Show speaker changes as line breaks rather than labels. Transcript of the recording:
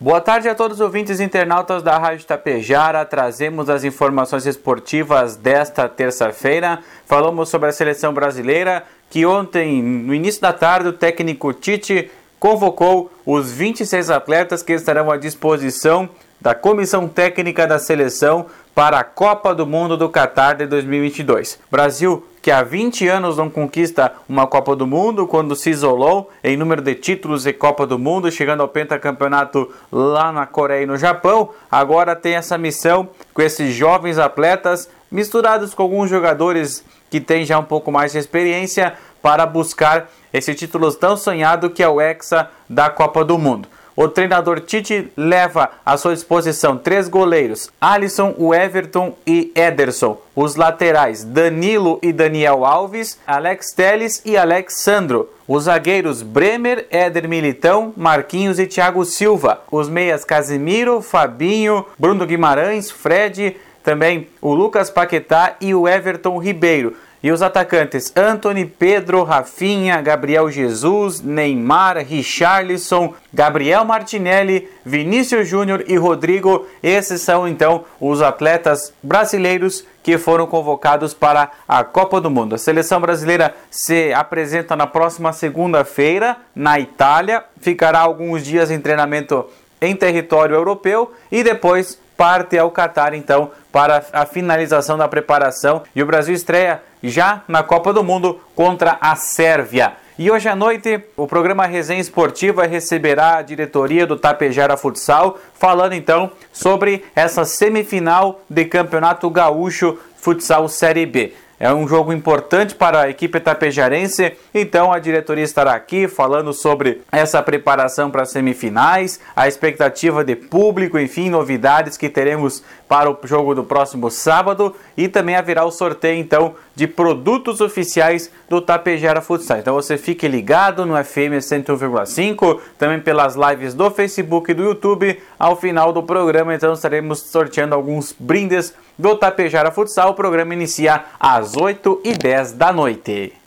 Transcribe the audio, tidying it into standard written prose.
Boa tarde a todos os ouvintes e internautas da Rádio Tapejara. Trazemos as informações esportivas desta terça-feira. Falamos sobre a seleção brasileira, que ontem, no início da tarde, o técnico Tite convocou os 26 atletas que estarão à disposição da comissão técnica da seleção para a Copa do Mundo do Catar de 2022. Brasil, que há 20 anos não conquista uma Copa do Mundo, quando se isolou em número de títulos de Copa do Mundo, chegando ao pentacampeonato lá na Coreia e no Japão, agora tem essa missão com esses jovens atletas, misturados com alguns jogadores que têm já um pouco mais de experiência, para buscar esse título tão sonhado que é o Hexa da Copa do Mundo. O treinador Tite leva à sua disposição 3 goleiros, Alisson, Everton e Ederson. Os laterais, Danilo e Daniel Alves, Alex Telles e Alexandro. Os zagueiros, Bremer, Éder Militão, Marquinhos e Thiago Silva. Os meias, Casemiro, Fabinho, Bruno Guimarães, Fred, também o Lucas Paquetá e o Everton Ribeiro. E os atacantes, Antony, Pedro, Rafinha, Gabriel Jesus, Neymar, Richarlison, Gabriel Martinelli, Vinícius Júnior e Rodrigo. Esses são então os atletas brasileiros que foram convocados para a Copa do Mundo. A seleção brasileira se apresenta na próxima segunda-feira na Itália, ficará alguns dias em treinamento em território europeu e depois parte ao Catar então para a finalização da preparação, e o Brasil estreia já na Copa do Mundo contra a Sérvia. E hoje à noite o programa Resenha Esportiva receberá a diretoria do Tapejara Futsal, falando então sobre essa semifinal de Campeonato Gaúcho Futsal Série B. É um jogo importante para a equipe tapejarense, então a diretoria estará aqui falando sobre essa preparação para as semifinais, a expectativa de público, enfim, novidades que teremos para o jogo do próximo sábado, e também haverá o sorteio então de produtos oficiais do Tapejara Futsal. Então você fique ligado no FM 101,5, também pelas lives do Facebook e do YouTube. Ao final do programa então estaremos sorteando alguns brindes do Tapejara Futsal. O programa inicia às 8h10 da noite.